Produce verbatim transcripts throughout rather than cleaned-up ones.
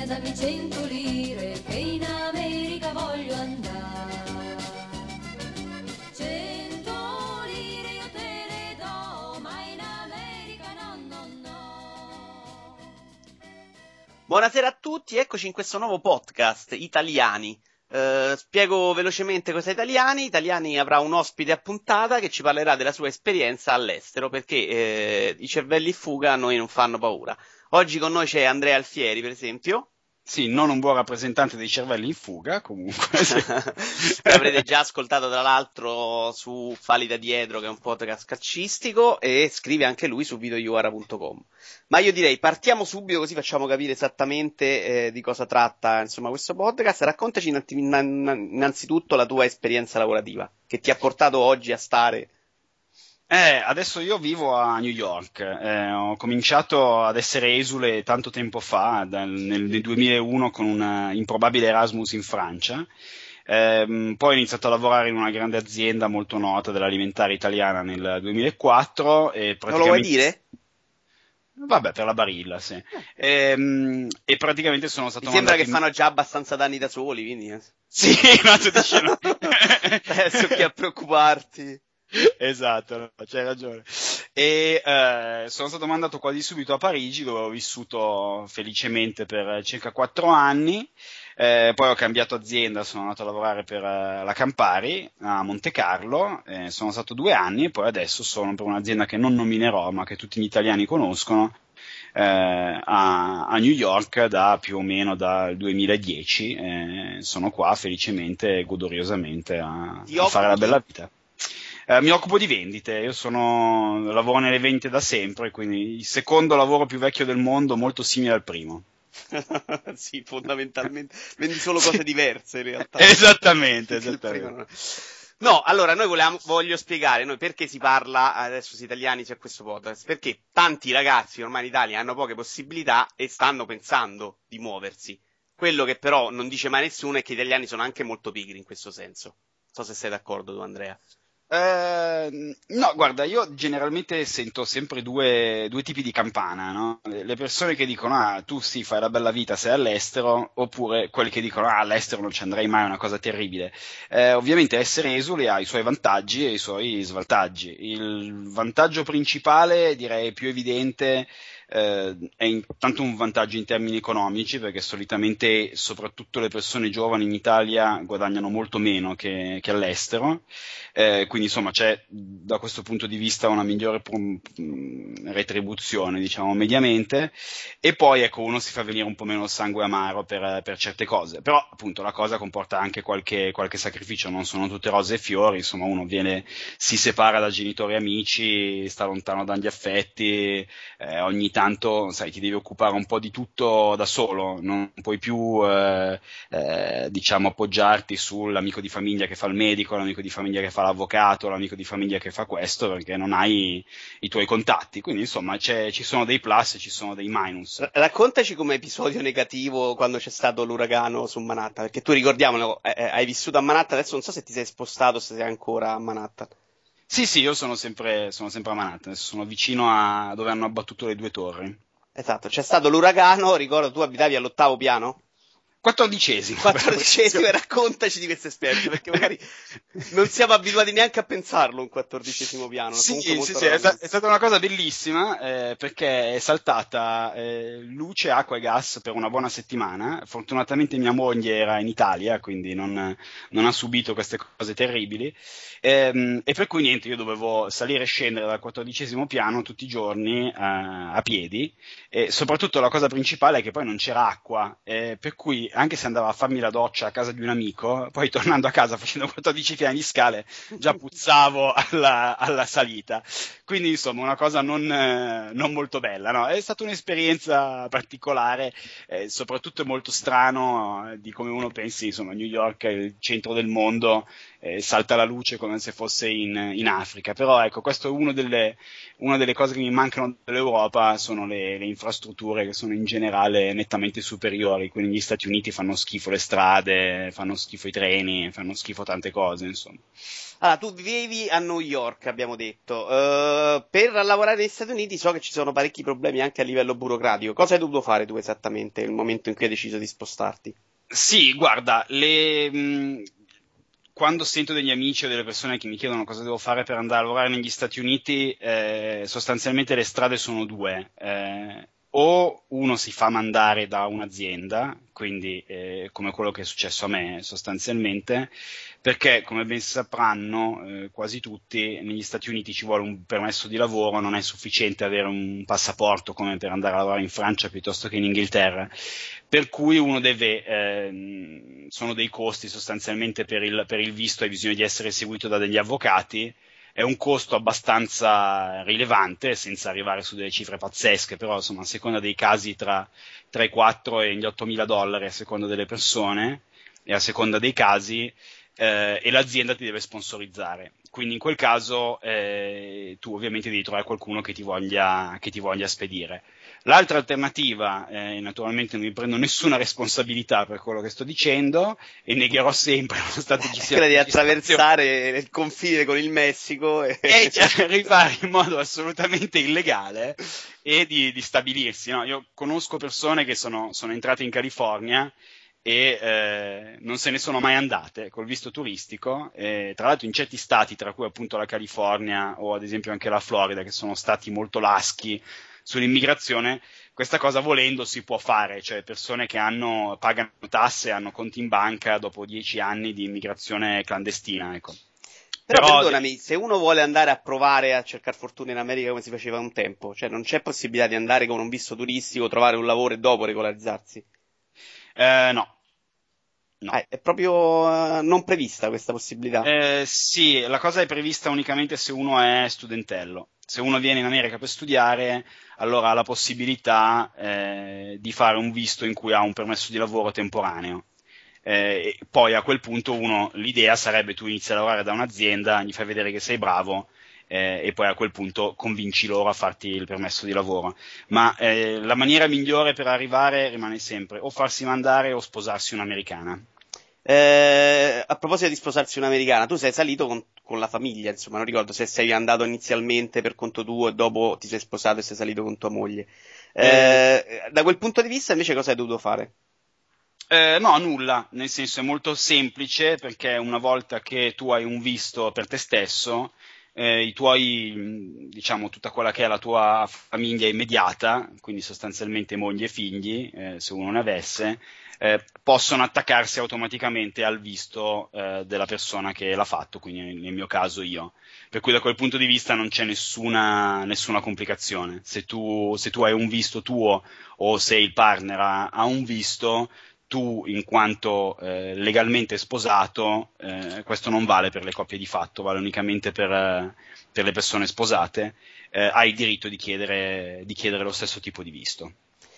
dammi cento lire che in America voglio andare. Cento lire io te le do, ma in America no, no, no. Buonasera a tutti, eccoci in questo nuovo podcast Italiani. Uh, spiego velocemente cosa Italiani. Italiani avrà un ospite a puntata che ci parlerà della sua esperienza all'estero, perché eh, i cervelli in fuga a noi non fanno paura. Oggi con noi c'è Andrea Alfieri, per esempio. Sì, non un buon rappresentante dei cervelli in fuga, comunque. Che avrete già ascoltato tra l'altro su Fali da Dietro, che è un podcast calcistico, e scrive anche lui su videoiuara punto com. Ma io direi partiamo subito, così facciamo capire esattamente eh, di cosa tratta insomma questo podcast. Raccontaci innanzitutto la tua esperienza lavorativa, che ti ha portato oggi a stare. Eh, adesso io vivo a New York, eh, ho cominciato ad essere esule tanto tempo fa, dal, nel, nel duemilauno, con un improbabile Erasmus in Francia. Eh, poi ho iniziato a lavorare in una grande azienda molto nota dell'alimentare italiana nel duemilaquattro. E praticamente... Non lo vuoi dire? Vabbè, per la Barilla, sì. E, e praticamente sono stato Mi sembra che in... fanno già abbastanza danni da soli, quindi... Eh. Sì, no, tu dici no. Adesso che a preoccuparti... Esatto, no, c'hai ragione. E eh, sono stato mandato quasi subito a Parigi, dove ho vissuto felicemente per circa quattro anni. Eh, poi ho cambiato azienda, sono andato a lavorare per uh, la Campari a Monte Carlo, eh, sono stato due anni e poi adesso sono per un'azienda che non nominerò, ma che tutti gli italiani conoscono, eh, a, a New York da più o meno dal duemiladieci. Eh, sono qua felicemente e godoriosamente a, a fare la bella vita. Uh, mi occupo di vendite, io sono lavoro nelle vendite da sempre, quindi il secondo lavoro più vecchio del mondo, molto simile al primo. Sì, fondamentalmente vendi solo cose diverse in realtà. Esattamente, esattamente. No, allora noi volevamo, voglio spiegare noi perché si parla adesso si italiani c'è questo podcast, perché tanti ragazzi ormai in Italia hanno poche possibilità e stanno pensando di muoversi. Quello che però non dice mai nessuno è che gli italiani sono anche molto pigri in questo senso. Non so se sei d'accordo tu, Andrea. Uh, no, guarda, io generalmente sento sempre due, due tipi di campana, no? Le persone che dicono ah, tu sì, fai la bella vita, sei all'estero, oppure quelli che dicono ah, all'estero non ci andrei mai, è una cosa terribile. Uh, ovviamente essere esule ha i suoi vantaggi e i suoi svantaggi. Il vantaggio principale, direi più evidente, Uh, è intanto un vantaggio in termini economici, perché solitamente soprattutto le persone giovani in Italia guadagnano molto meno che, che all'estero, uh, quindi insomma c'è da questo punto di vista una migliore prom- retribuzione, diciamo, mediamente, e poi ecco uno si fa venire un po' meno il sangue amaro per, per certe cose, però appunto la cosa comporta anche qualche, qualche sacrificio, non sono tutte rose e fiori, insomma uno viene, si separa da genitori e amici, sta lontano dagli affetti, eh, ogni tanto tanto, sai, ti devi occupare un po' di tutto da solo, non puoi più, eh, eh, diciamo, appoggiarti sull'amico di famiglia che fa il medico, l'amico di famiglia che fa l'avvocato, l'amico di famiglia che fa questo, perché non hai i tuoi contatti, quindi insomma c'è, ci sono dei plus e ci sono dei minus. Raccontaci come episodio negativo quando c'è stato l'uragano su Manhattan, perché tu ricordiamolo, eh, hai vissuto a Manhattan, adesso non so se ti sei spostato, se sei ancora a Manhattan. Sì, sì, io sono sempre, sono sempre a Manhattan, sono vicino a dove hanno abbattuto le due torri. Esatto, c'è stato l'uragano, ricordo tu abitavi all'ottavo piano? Quattordicesimo. Quattordicesimo, e raccontaci di questa esperienza, perché magari non siamo abituati neanche a pensarlo un quattordicesimo piano. Sì, sì, sì, è, sta- è stata una cosa bellissima, eh, perché è saltata eh, luce, acqua e gas per una buona settimana. Fortunatamente mia moglie era in Italia, quindi non, non ha subito queste cose terribili, ehm, e per cui niente, io dovevo salire e scendere dal quattordicesimo piano tutti i giorni eh, a piedi, e soprattutto la cosa principale è che poi non c'era acqua, eh, per cui anche se andavo a farmi la doccia a casa di un amico, poi tornando a casa facendo quattordici piani di scale già puzzavo alla, alla salita, quindi insomma una cosa non, eh, non molto bella, no? È stata un'esperienza particolare, eh, soprattutto molto strano, eh, di come uno pensi, insomma New York è il centro del mondo eh, salta la luce come se fosse in, in Africa. Però ecco, questo è uno delle, una delle cose che mi mancano dell'Europa, sono le, le infrastrutture che sono in generale nettamente superiori. Quindi gli Stati Uniti fanno schifo le strade, fanno schifo i treni, fanno schifo tante cose, insomma. Allora, tu vivevi a New York, abbiamo detto. Uh, per lavorare negli Stati Uniti so che ci sono parecchi problemi anche a livello burocratico. Cosa hai dovuto fare tu esattamente nel momento in cui hai deciso di spostarti? Sì, guarda, le, mh, quando sento degli amici o delle persone che mi chiedono cosa devo fare per andare a lavorare negli Stati Uniti, eh, sostanzialmente le strade sono due. Eh, o uno si fa mandare da un'azienda, quindi eh, come quello che è successo a me sostanzialmente, perché come ben sapranno eh, quasi tutti, negli Stati Uniti ci vuole un permesso di lavoro, non è sufficiente avere un passaporto come per andare a lavorare in Francia piuttosto che in Inghilterra, per cui uno deve, eh, sono dei costi sostanzialmente per il, per il visto, hai bisogno di essere seguito da degli avvocati. È un costo abbastanza rilevante, senza arrivare su delle cifre pazzesche, però insomma a seconda dei casi tra, tra i quattro e gli ottomila dollari a seconda delle persone e a seconda dei casi, eh, e l'azienda ti deve sponsorizzare. Quindi in quel caso eh, tu ovviamente devi trovare qualcuno che ti voglia, che ti voglia spedire. L'altra alternativa, eh, naturalmente non mi prendo nessuna responsabilità per quello che sto dicendo e negherò sempre lo stato di quella di attraversare il confine con il Messico e, e arrivare in modo assolutamente illegale e di, di stabilirsi. No? Io conosco persone che sono, sono entrate in California e eh, non se ne sono mai andate col visto turistico, e, tra l'altro in certi stati, tra cui appunto la California o ad esempio anche la Florida, che sono stati molto laschi sull'immigrazione, questa cosa volendo si può fare, cioè persone che hanno, pagano tasse, hanno conti in banca dopo dieci anni di immigrazione clandestina, ecco. Però, Però perdonami, se uno vuole andare a provare a cercare fortuna in America come si faceva un tempo, cioè non c'è possibilità di andare con un visto turistico, trovare un lavoro e dopo regolarizzarsi? Eh, no. No. Ah, è proprio uh, non prevista questa possibilità? Eh, sì, la cosa è prevista unicamente se uno è studentello. Se uno viene in America per studiare, allora ha la possibilità eh, di fare un visto in cui ha un permesso di lavoro temporaneo. Eh, e poi a quel punto uno, l'idea sarebbe tu inizi a lavorare da un'azienda, gli fai vedere che sei bravo eh, e poi a quel punto convinci loro a farti il permesso di lavoro. Ma eh, la maniera migliore per arrivare rimane sempre o farsi mandare o sposarsi un'americana. Eh, a proposito di sposarsi un'americana, tu sei salito con, con la famiglia, insomma, non ricordo se sei andato inizialmente per conto tuo e dopo ti sei sposato e sei salito con tua moglie. Eh, eh, da quel punto di vista invece cosa hai dovuto fare? Eh, no, nulla, nel senso è molto semplice, perché una volta che tu hai un visto per te stesso, eh, i tuoi, diciamo, tutta quella che è la tua famiglia immediata, quindi sostanzialmente moglie e figli, eh, se uno ne avesse, eh, possono attaccarsi automaticamente al visto eh, della persona che l'ha fatto, quindi nel mio caso io. Per cui da quel punto di vista non c'è nessuna, nessuna complicazione. Se tu, se tu hai un visto tuo o se il partner ha, ha un visto, tu in quanto eh, legalmente sposato, eh, questo non vale per le coppie di fatto, vale unicamente per, eh, per le persone sposate, eh, hai il diritto di chiedere, di chiedere lo stesso tipo di visto.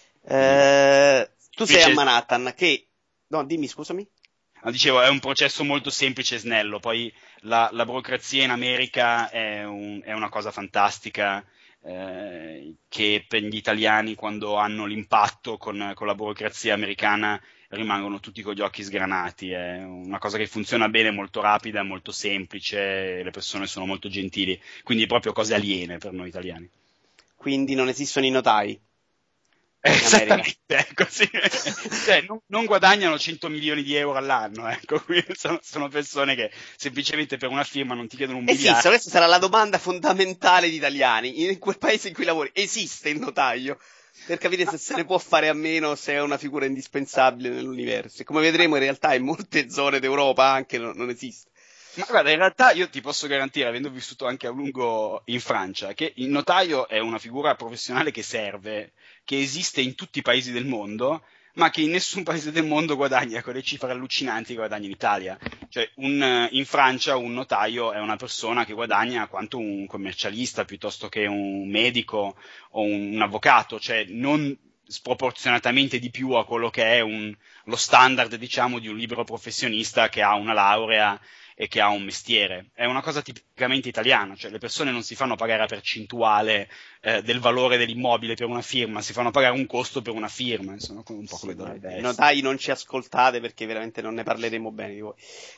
Eh, tu sei a Manhattan, che... No, dimmi, scusami. No, dicevo, è un processo molto semplice e snello, poi la, la burocrazia in America è, un, è una cosa fantastica, eh, che per gli italiani quando hanno l'impatto con, con la burocrazia americana rimangono tutti con gli occhi sgranati. È una cosa che funziona bene, molto rapida, molto semplice, le persone sono molto gentili, quindi proprio cose aliene per noi italiani. Quindi non esistono i notai? Esattamente, ecco, sì. Cioè, non, non guadagnano cento milioni di euro all'anno, ecco, quindi sono, sono persone che semplicemente per una firma non ti chiedono un miliardo. Esiste, questa sarà la domanda fondamentale di italiani, in quel paese in cui lavori, esiste il notaio? Per capire se se ne può fare a meno, se è una figura indispensabile nell'universo. E come vedremo in realtà in molte zone d'Europa anche non, non esiste. Ma guarda, in realtà io ti posso garantire, avendo vissuto anche a lungo in Francia, che il notaio è una figura professionale che serve, che esiste in tutti i paesi del mondo, ma che in nessun paese del mondo guadagna quelle cifre allucinanti che guadagna in Italia. Cioè, un, in Francia un notaio è una persona che guadagna quanto un commercialista, piuttosto che un medico o un, un avvocato, cioè non sproporzionatamente di più a quello che è un, lo standard, diciamo, di un libero professionista che ha una laurea e che ha un mestiere. È una cosa tipicamente italiana, cioè le persone non si fanno pagare a percentuale eh, del valore dell'immobile per una firma, si fanno pagare un costo per una firma, insomma, un po' come Sì, dovrebbe dai, essere. notai, non ci ascoltate perché veramente non ne parleremo bene di voi.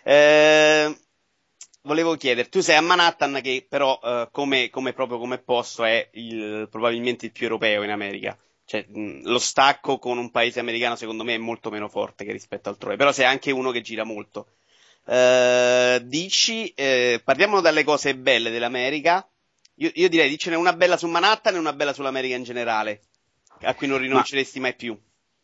Eh, volevo chiedere, tu sei a Manhattan che però eh, come, come proprio come posto è il, probabilmente il più europeo in America. Cioè, mh, lo stacco con un paese americano secondo me è molto meno forte che rispetto altrove, però sei anche uno che gira molto. Eh, dici, eh, parliamo dalle cose belle dell'America. Io, io direi dicene una bella su Manhattan e una bella sull'America in generale, a cui non Ma rinunceresti mai più.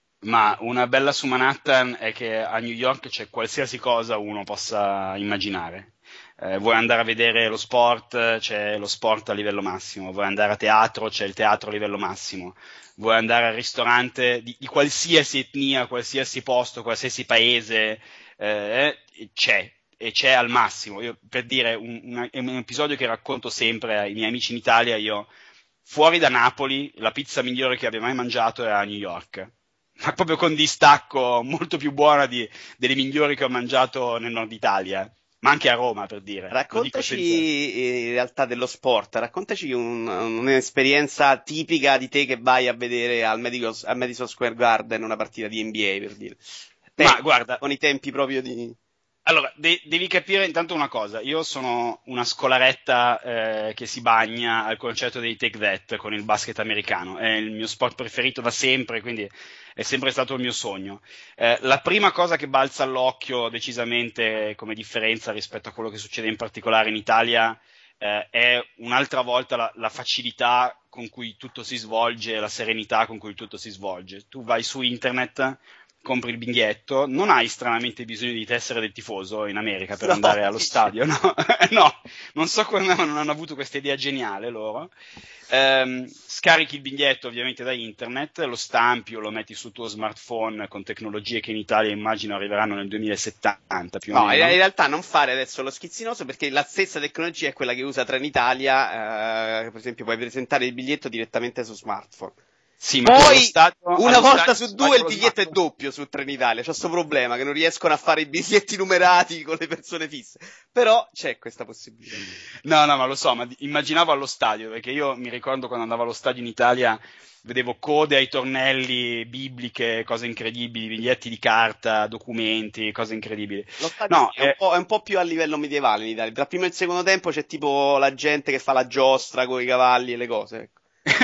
Ma una bella su Manhattan è che a New York c'è qualsiasi cosa uno possa immaginare. Eh, vuoi andare a vedere lo sport, c'è lo sport a livello massimo. Vuoi andare a teatro, c'è il teatro a livello massimo. Vuoi andare al ristorante di, di qualsiasi etnia, qualsiasi posto, qualsiasi paese, eh, c'è. E c'è al massimo. Io, per dire, un, una- è un episodio che racconto sempre ai miei amici in Italia, io fuori da Napoli, la pizza migliore che abbia mai mangiato è a New York, ma proprio con distacco molto più buona di, delle migliori che ho mangiato nel nord Italia, ma anche a Roma, per dire. Lo dico Raccontaci senza... eh, in realtà dello sport, raccontaci un- un'esperienza tipica di te che vai a vedere al Medico- al Madison Square Garden una partita di N B A, per dire. Ma Te, guarda, con i tempi proprio di... allora, de- devi capire intanto una cosa, io sono una scolaretta eh, che si bagna al concetto dei Take That con il basket americano, è il mio sport preferito da sempre, quindi è sempre stato il mio sogno. Eh, la prima cosa che balza all'occhio decisamente come differenza rispetto a quello che succede in particolare in Italia eh, è un'altra volta la, la facilità con cui tutto si svolge, la serenità con cui tutto si svolge. Tu vai su internet, compri il biglietto, non hai stranamente bisogno di tessere del tifoso in America per No, andare allo dici. stadio, no? No, non so come non hanno avuto questa idea geniale loro. Ehm, scarichi il biglietto ovviamente da internet, lo stampi o lo metti sul tuo smartphone con tecnologie che in Italia immagino arriveranno nel duemilasettanta più o No, in in meno. realtà non fare adesso lo schizzinoso perché la stessa tecnologia è quella che usa Trenitalia, eh, per esempio puoi presentare il biglietto direttamente su smartphone. Sì, ma tu allo Poi, stadio, una allo volta stadio su vai due il con lo biglietto è smartphone? doppio su Trenitalia. C'ho sto problema che non riescono a fare i biglietti numerati con le persone fisse. Però c'è questa possibilità. No, no, ma lo so, ma di- immaginavo allo stadio, perché io mi ricordo quando andavo allo stadio in Italia, vedevo code ai tornelli bibliche, cose incredibili, biglietti di carta, documenti, cose incredibili. Lo stadio No, sì, è un eh, po', è un po' più a livello medievale in Italia. Tra il primo e il secondo tempo c'è tipo la gente che fa la giostra con i cavalli e le cose. Ecco.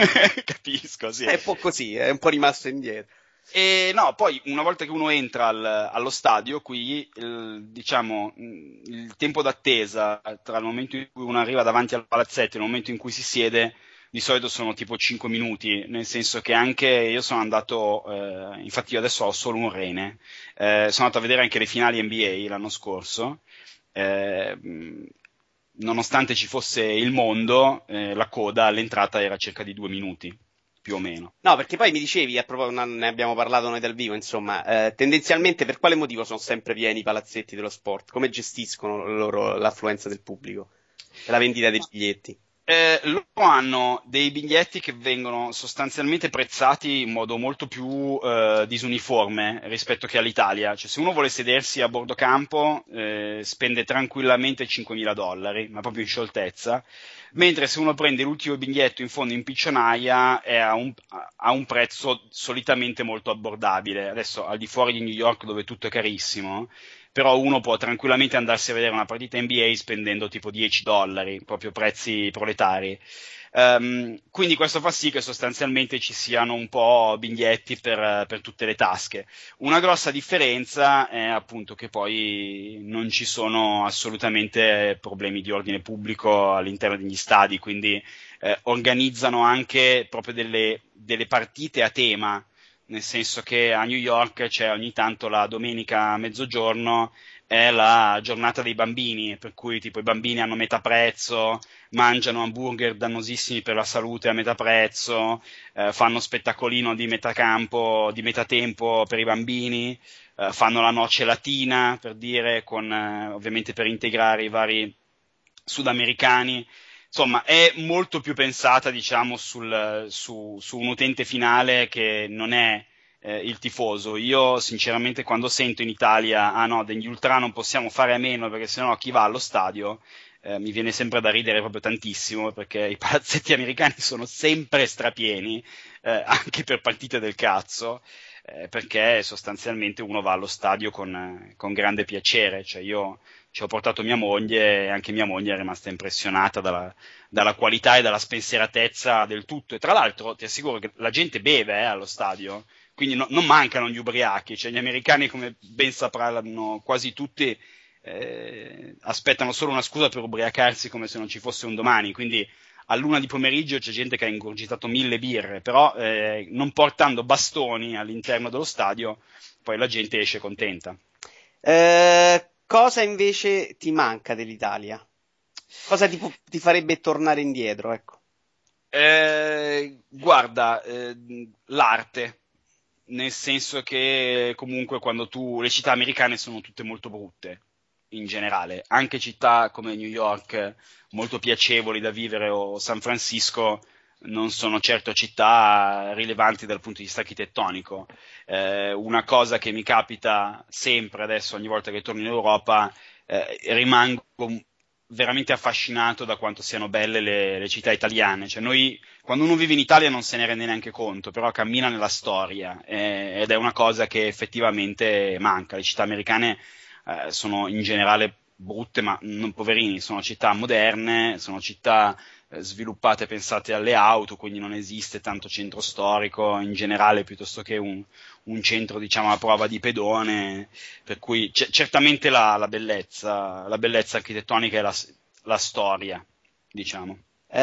capisco, sì. È un po' così, è un po' rimasto indietro. E no, poi una volta che uno entra al- allo stadio, qui il, diciamo, mh, il tempo d'attesa tra il momento in cui uno arriva davanti al palazzetto e il momento in cui si siede, di solito sono tipo cinque minuti, nel senso che anche io sono andato, eh, infatti io adesso ho solo un rene, eh, sono andato a vedere anche le finali N B A l'anno scorso, eh, mh, nonostante ci fosse il mondo, eh, la coda all'entrata era circa di due minuti, più o meno. No, perché poi mi dicevi, a proposito, ne abbiamo parlato noi dal vivo, insomma, eh, tendenzialmente per quale motivo sono sempre pieni i palazzetti dello sport? Come gestiscono loro l'affluenza del pubblico e la vendita dei biglietti? Eh, loro hanno dei biglietti che vengono sostanzialmente prezzati in modo molto più eh, disuniforme rispetto che all'Italia. Cioè, se uno vuole sedersi a bordo campo, eh, spende tranquillamente cinquemila dollari, ma proprio in scioltezza, mentre se uno prende l'ultimo biglietto in fondo in piccionaia è a un, a un prezzo solitamente molto abbordabile. Adesso, al di fuori di New York, dove tutto è carissimo, però uno può tranquillamente andarsi a vedere una partita N B A spendendo tipo dieci dollari, proprio prezzi proletari. Um, quindi questo fa sì che sostanzialmente ci siano un po' biglietti per, per tutte le tasche. Una grossa differenza è appunto che poi non ci sono assolutamente problemi di ordine pubblico all'interno degli stadi, quindi eh, organizzano anche proprio delle, delle partite a tema, nel senso che a New York c'è ogni tanto la domenica a mezzogiorno è la giornata dei bambini, per cui tipo i bambini hanno metà prezzo, mangiano hamburger dannosissimi per la salute a metà prezzo, eh, fanno spettacolino di metà campo, di metà tempo per i bambini, eh, fanno la noce latina, per dire, con, eh, ovviamente per integrare i vari sudamericani. Insomma, è molto più pensata, diciamo, sul, su, su un utente finale che non è eh, il tifoso. Io sinceramente quando sento in Italia ah no, degli ultra non possiamo fare a meno perché sennò chi va allo stadio, eh, mi viene sempre da ridere proprio tantissimo, perché i palazzetti americani sono sempre strapieni, eh, anche per partite del cazzo, eh, perché sostanzialmente uno va allo stadio con, eh, con grande piacere. Cioè io ci ho portato mia moglie e anche mia moglie è rimasta impressionata dalla, dalla qualità e dalla spensieratezza del tutto. E tra l'altro ti assicuro che la gente beve eh, allo stadio, quindi no, non mancano gli ubriachi. Cioè gli americani, come ben sapranno quasi tutti, eh, aspettano solo una scusa per ubriacarsi come se non ci fosse un domani. Quindi a luna di pomeriggio c'è gente che ha ingurgitato mille birre, però eh, non portando bastoni all'interno dello stadio, poi la gente esce contenta. Eh, cosa invece ti manca dell'Italia? Cosa ti, pu- ti farebbe tornare indietro, ecco? Eh, guarda, eh, l'arte, nel senso che comunque quando tu, le città americane sono tutte molto brutte, in generale, anche città come New York, molto piacevoli da vivere, o San Francisco, non sono certo città rilevanti dal punto di vista architettonico. Eh, una cosa che mi capita sempre adesso, ogni volta che torno in Europa, eh, rimango veramente affascinato da quanto siano belle le, le città italiane. Cioè noi, quando uno vive in Italia non se ne rende neanche conto, però cammina nella storia, eh, ed è una cosa che effettivamente manca. Le città americane eh, sono in generale brutte, ma non poverini, sono città moderne, sono città eh, sviluppate, pensate alle auto, quindi non esiste tanto centro storico in generale, piuttosto che un, un centro, diciamo, a prova di pedone, per cui c- certamente la, la bellezza, la bellezza architettonica e la, la storia, diciamo. Eh,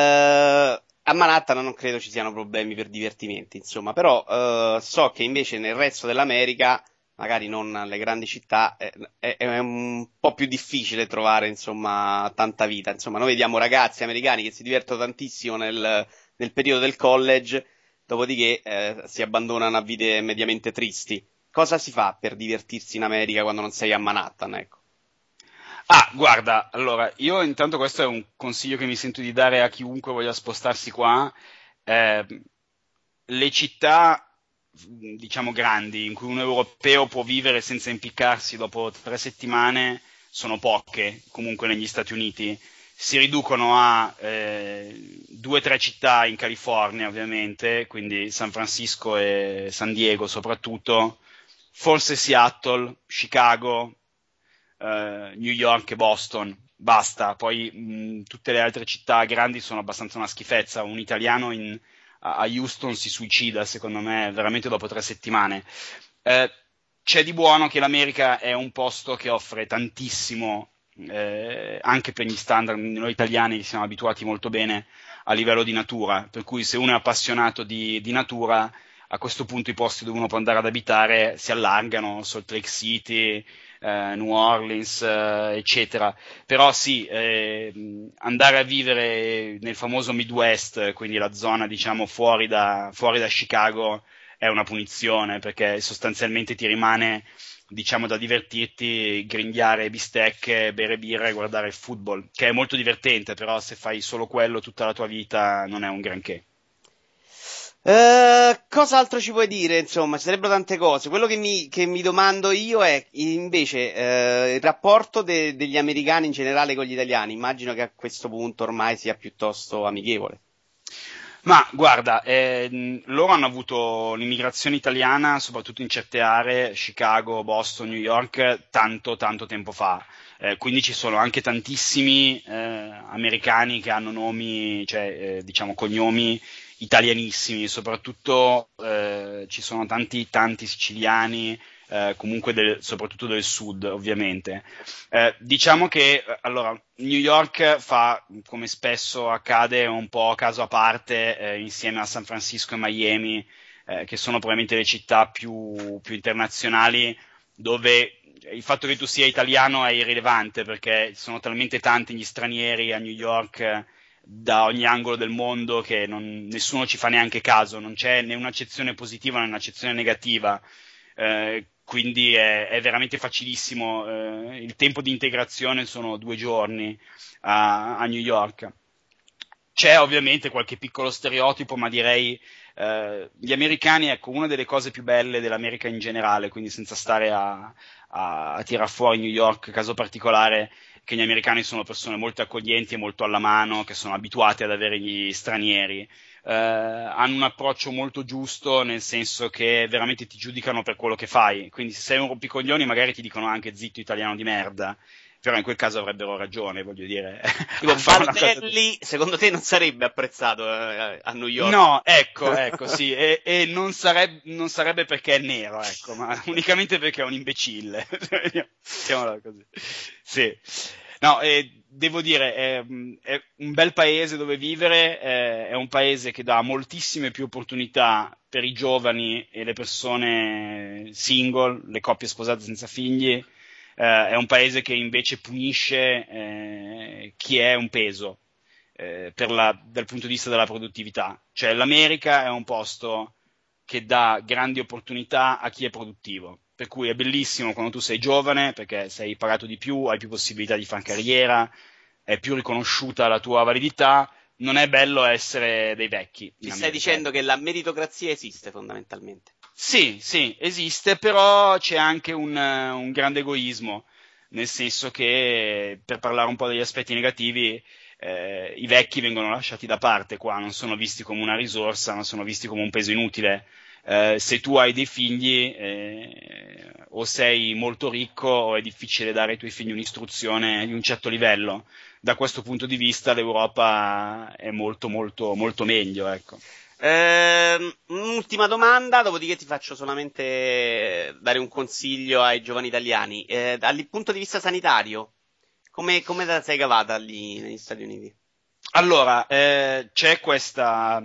a Manhattan non credo ci siano problemi per divertimenti, insomma, però eh, so che invece nel resto dell'America, magari non alle grandi città, è, è- è un po' più difficile trovare, insomma, tanta vita. Insomma, noi vediamo ragazzi americani che si divertono tantissimo nel, nel periodo del college, dopodiché eh, si abbandonano a vite mediamente tristi. Cosa si fa per divertirsi in America quando non sei a Manhattan, ecco? Ah, guarda, allora, io intanto questo è un consiglio che mi sento di dare a chiunque voglia spostarsi qua. Eh, le città, diciamo, grandi, in cui un europeo può vivere senza impiccarsi dopo tre settimane, sono poche, comunque negli Stati Uniti. Si riducono a eh, due o tre città in California, ovviamente, quindi San Francisco e San Diego soprattutto, forse Seattle, Chicago, eh, New York e Boston, basta. Poi mh, tutte le altre città grandi sono abbastanza una schifezza. Un italiano in, a a Houston si suicida, secondo me, veramente dopo tre settimane. Eh, c'è di buono che l'America è un posto che offre tantissimo, eh, anche per gli standard. Noi italiani siamo abituati molto bene a livello di natura, per cui se uno è appassionato di, di natura, a questo punto i posti dove uno può andare ad abitare si allargano: Salt Lake City, eh, New Orleans, eh, eccetera. Però sì, eh, andare a vivere nel famoso Midwest, quindi la zona, diciamo, fuori da, fuori da Chicago, è una punizione, perché sostanzialmente ti rimane, diciamo, da divertirti, grindiare bistecche, bere birra e guardare il football, che è molto divertente, però se fai solo quello tutta la tua vita non è un granché. Eh, cos'altro ci puoi dire? Insomma, ci sarebbero tante cose. Quello che mi, che mi domando io è invece eh, il rapporto de- degli americani in generale con gli italiani. Immagino che a questo punto ormai sia piuttosto amichevole. Ma guarda, ehm, loro hanno avuto l'immigrazione italiana, soprattutto in certe aree, Chicago, Boston, New York, tanto tanto tempo fa. Eh, quindi ci sono anche tantissimi eh, americani che hanno nomi, cioè eh, diciamo cognomi italianissimi. Soprattutto eh, ci sono tanti tanti siciliani, eh, comunque del- soprattutto del sud, ovviamente. Eh, diciamo che eh, allora, New York fa, come spesso accade, un po' caso a parte, eh, insieme a San Francisco e Miami, eh, che sono probabilmente le città più, più internazionali, dove il fatto che tu sia italiano è irrilevante, perché sono talmente tanti gli stranieri a New York, eh, da ogni angolo del mondo, che non- nessuno ci fa neanche caso. Non c'è né un'accezione positiva né un'accezione negativa. Eh, quindi è, è veramente facilissimo. Eh, il tempo di integrazione sono due giorni a, a New York. c'è ovviamente qualche piccolo stereotipo, ma direi eh, gli americani, ecco, una delle cose più belle dell'America in generale, quindi senza stare a, a, a tirar fuori New York, caso particolare, che gli americani sono persone molto accoglienti e molto alla mano, che sono abituati ad avere gli stranieri. Eh, hanno un approccio molto giusto, nel senso che veramente ti giudicano per quello che fai, quindi se sei un rompicoglioni magari ti dicono anche zitto italiano di merda, però in quel caso avrebbero ragione, voglio dire. Tipo Balotelli, secondo te non sarebbe apprezzato eh, a New York? No, ecco, ecco, sì, e, e non, sarebbe, non sarebbe perché è nero, ecco, ma unicamente perché è un imbecille. Mettiamola così. Sì. No, e devo dire, è, è un bel paese dove vivere, è, è un paese che dà moltissime più opportunità per i giovani e le persone single, le coppie sposate senza figli. Eh, è un paese che invece punisce eh, chi è un peso eh, per la, dal punto di vista della produttività. Cioè l'America è un posto che dà grandi opportunità a chi è produttivo, per cui è bellissimo quando tu sei giovane perché sei pagato di più, hai più possibilità di fare carriera, è più riconosciuta la tua validità. Non è bello essere dei vecchi. Ci stai dicendo che la meritocrazia esiste fondamentalmente? Sì, sì, esiste, però c'è anche un, un grande egoismo, nel senso che, per parlare un po' degli aspetti negativi, eh, i vecchi vengono lasciati da parte qua, non sono visti come una risorsa, ma sono visti come un peso inutile. Eh, se tu hai dei figli, eh, o sei molto ricco o è difficile dare ai tuoi figli un'istruzione di un certo livello. Da questo punto di vista l'Europa è molto molto molto meglio, ecco. Eh, un'ultima domanda, dopodiché ti faccio solamente dare un consiglio ai giovani italiani. Eh, dal punto di vista sanitario, come, come te la sei cavata lì negli Stati Uniti? Allora, eh, c'è questa,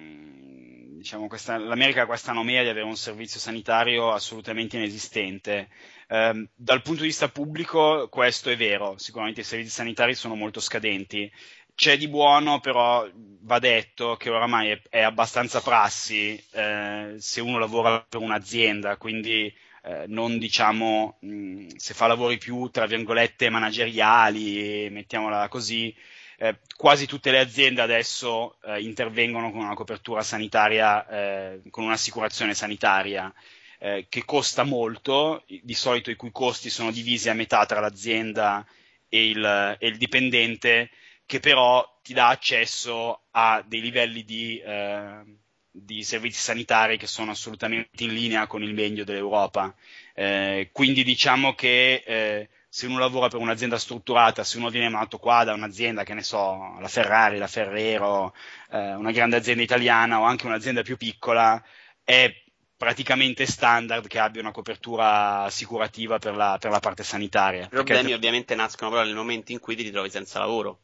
mh, diciamo, questa, l'America ha questa anomia di avere un servizio sanitario assolutamente inesistente. Eh, dal punto di vista pubblico questo è vero, sicuramente i servizi sanitari sono molto scadenti. C'è di buono, però va detto che oramai è, è abbastanza prassi eh, se uno lavora per un'azienda, quindi eh, non diciamo mh, se fa lavori più tra virgolette manageriali, mettiamola così, eh, quasi tutte le aziende adesso eh, intervengono con una copertura sanitaria, eh, con un'assicurazione sanitaria eh, che costa molto, di solito i cui costi sono divisi a metà tra l'azienda e il, e il dipendente, che però ti dà accesso a dei livelli di, eh, di servizi sanitari che sono assolutamente in linea con il meglio dell'Europa. Eh, quindi diciamo che eh, se uno lavora per un'azienda strutturata, se uno viene mandato qua da un'azienda, che ne so, la Ferrari, la Ferrero, eh, una grande azienda italiana o anche un'azienda più piccola, è praticamente standard che abbia una copertura assicurativa per la, per la parte sanitaria. I problemi Perché... ovviamente nascono però nel momento in cui ti ritrovi senza lavoro.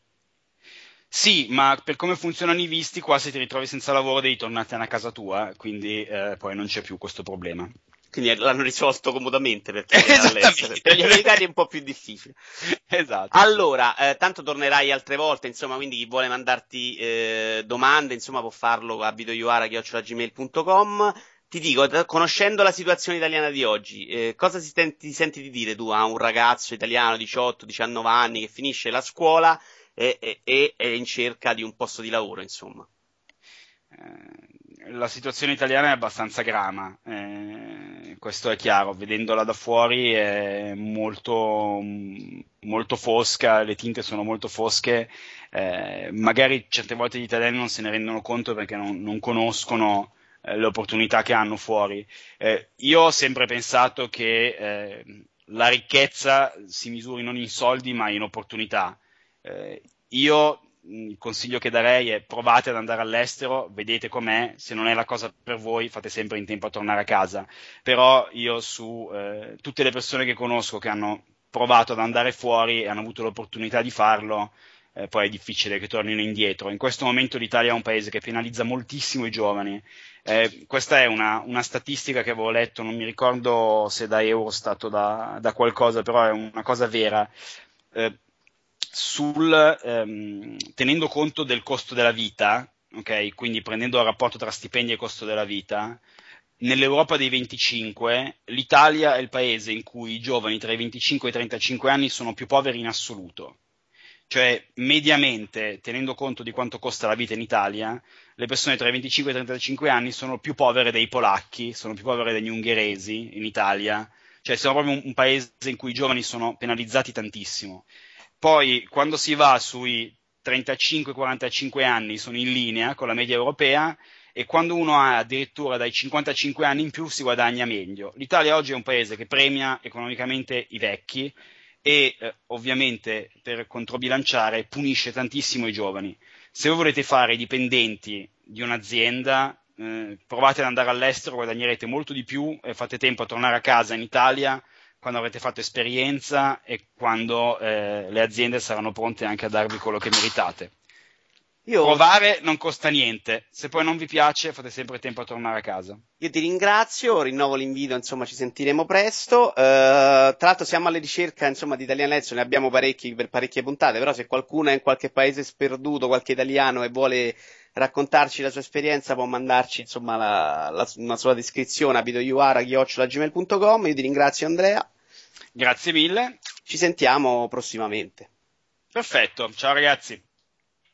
Sì, ma per come funzionano i visti, qua se ti ritrovi senza lavoro devi tornartene a casa tua, quindi eh, poi non c'è più questo problema. Quindi l'hanno risolto comodamente per te all'estero. Per gli americani è un po' più difficile. Esatto. Allora, eh, tanto tornerai altre volte, insomma, quindi chi vuole mandarti eh, domande, insomma, può farlo a videoiuara chiocciola gmail punto com. Ti dico, conoscendo la situazione italiana di oggi, eh, cosa si ten- ti senti di dire tu a un ragazzo italiano diciotto diciannove anni che finisce la scuola e, e, e è in cerca di un posto di lavoro, insomma? Eh, la situazione italiana è abbastanza grama, eh, questo è chiaro, vedendola da fuori è molto, molto fosca, le tinte sono molto fosche, eh, magari certe volte gli italiani non se ne rendono conto perché non, non conoscono eh, le opportunità che hanno fuori. Eh, io ho sempre pensato che eh, la ricchezza si misuri non in soldi ma in opportunità. Eh, io il consiglio che darei è: provate ad andare all'estero, vedete com'è, se non è la cosa per voi fate sempre in tempo a tornare a casa. Però io su eh, tutte le persone che conosco che hanno provato ad andare fuori e hanno avuto l'opportunità di farlo, eh, poi è difficile che tornino indietro. In questo momento l'Italia è un paese che penalizza moltissimo i giovani. Eh, questa è una, una statistica che avevo letto, non mi ricordo se da Eurostat o da, da qualcosa, però è una cosa vera. Eh, sul, ehm, tenendo conto del costo della vita, ok, quindi prendendo il rapporto tra stipendi e costo della vita, nell'Europa dei venticinque l'Italia è il paese in cui i giovani tra i venticinque e i trentacinque anni sono più poveri in assoluto. cioè mediamente, tenendo conto di quanto costa la vita in Italia, le persone tra i venticinque e i trentacinque anni sono più povere dei polacchi, sono più povere degli ungheresi in Italia, cioè siamo proprio un, un paese in cui i giovani sono penalizzati tantissimo. Poi quando si va sui trentacinque quarantacinque anni sono in linea con la media europea, e quando uno ha addirittura dai cinquantacinque anni in più si guadagna meglio. L'Italia oggi è un paese che premia economicamente i vecchi e eh, ovviamente per controbilanciare punisce tantissimo i giovani. Se voi volete fare i dipendenti di un'azienda, eh, provate ad andare all'estero, guadagnerete molto di più e fate tempo a tornare a casa in Italia quando avrete fatto esperienza e quando eh, le aziende saranno pronte anche a darvi quello che meritate. Io... Provare non costa niente, se poi non vi piace fate sempre tempo a tornare a casa. Io ti ringrazio, rinnovo l'invito, insomma ci sentiremo presto. Uh, tra l'altro siamo alla ricerca, insomma, di Italian Let's, ne abbiamo parecchi per parecchie puntate, però se qualcuno è in qualche paese sperduto, qualche italiano e vuole raccontarci la sua esperienza può mandarci, insomma, la, la, una sua descrizione a videoiuara chiocciola gmail punto com. Io ti ringrazio, Andrea. Grazie mille. Ci sentiamo prossimamente. Perfetto, ciao ragazzi.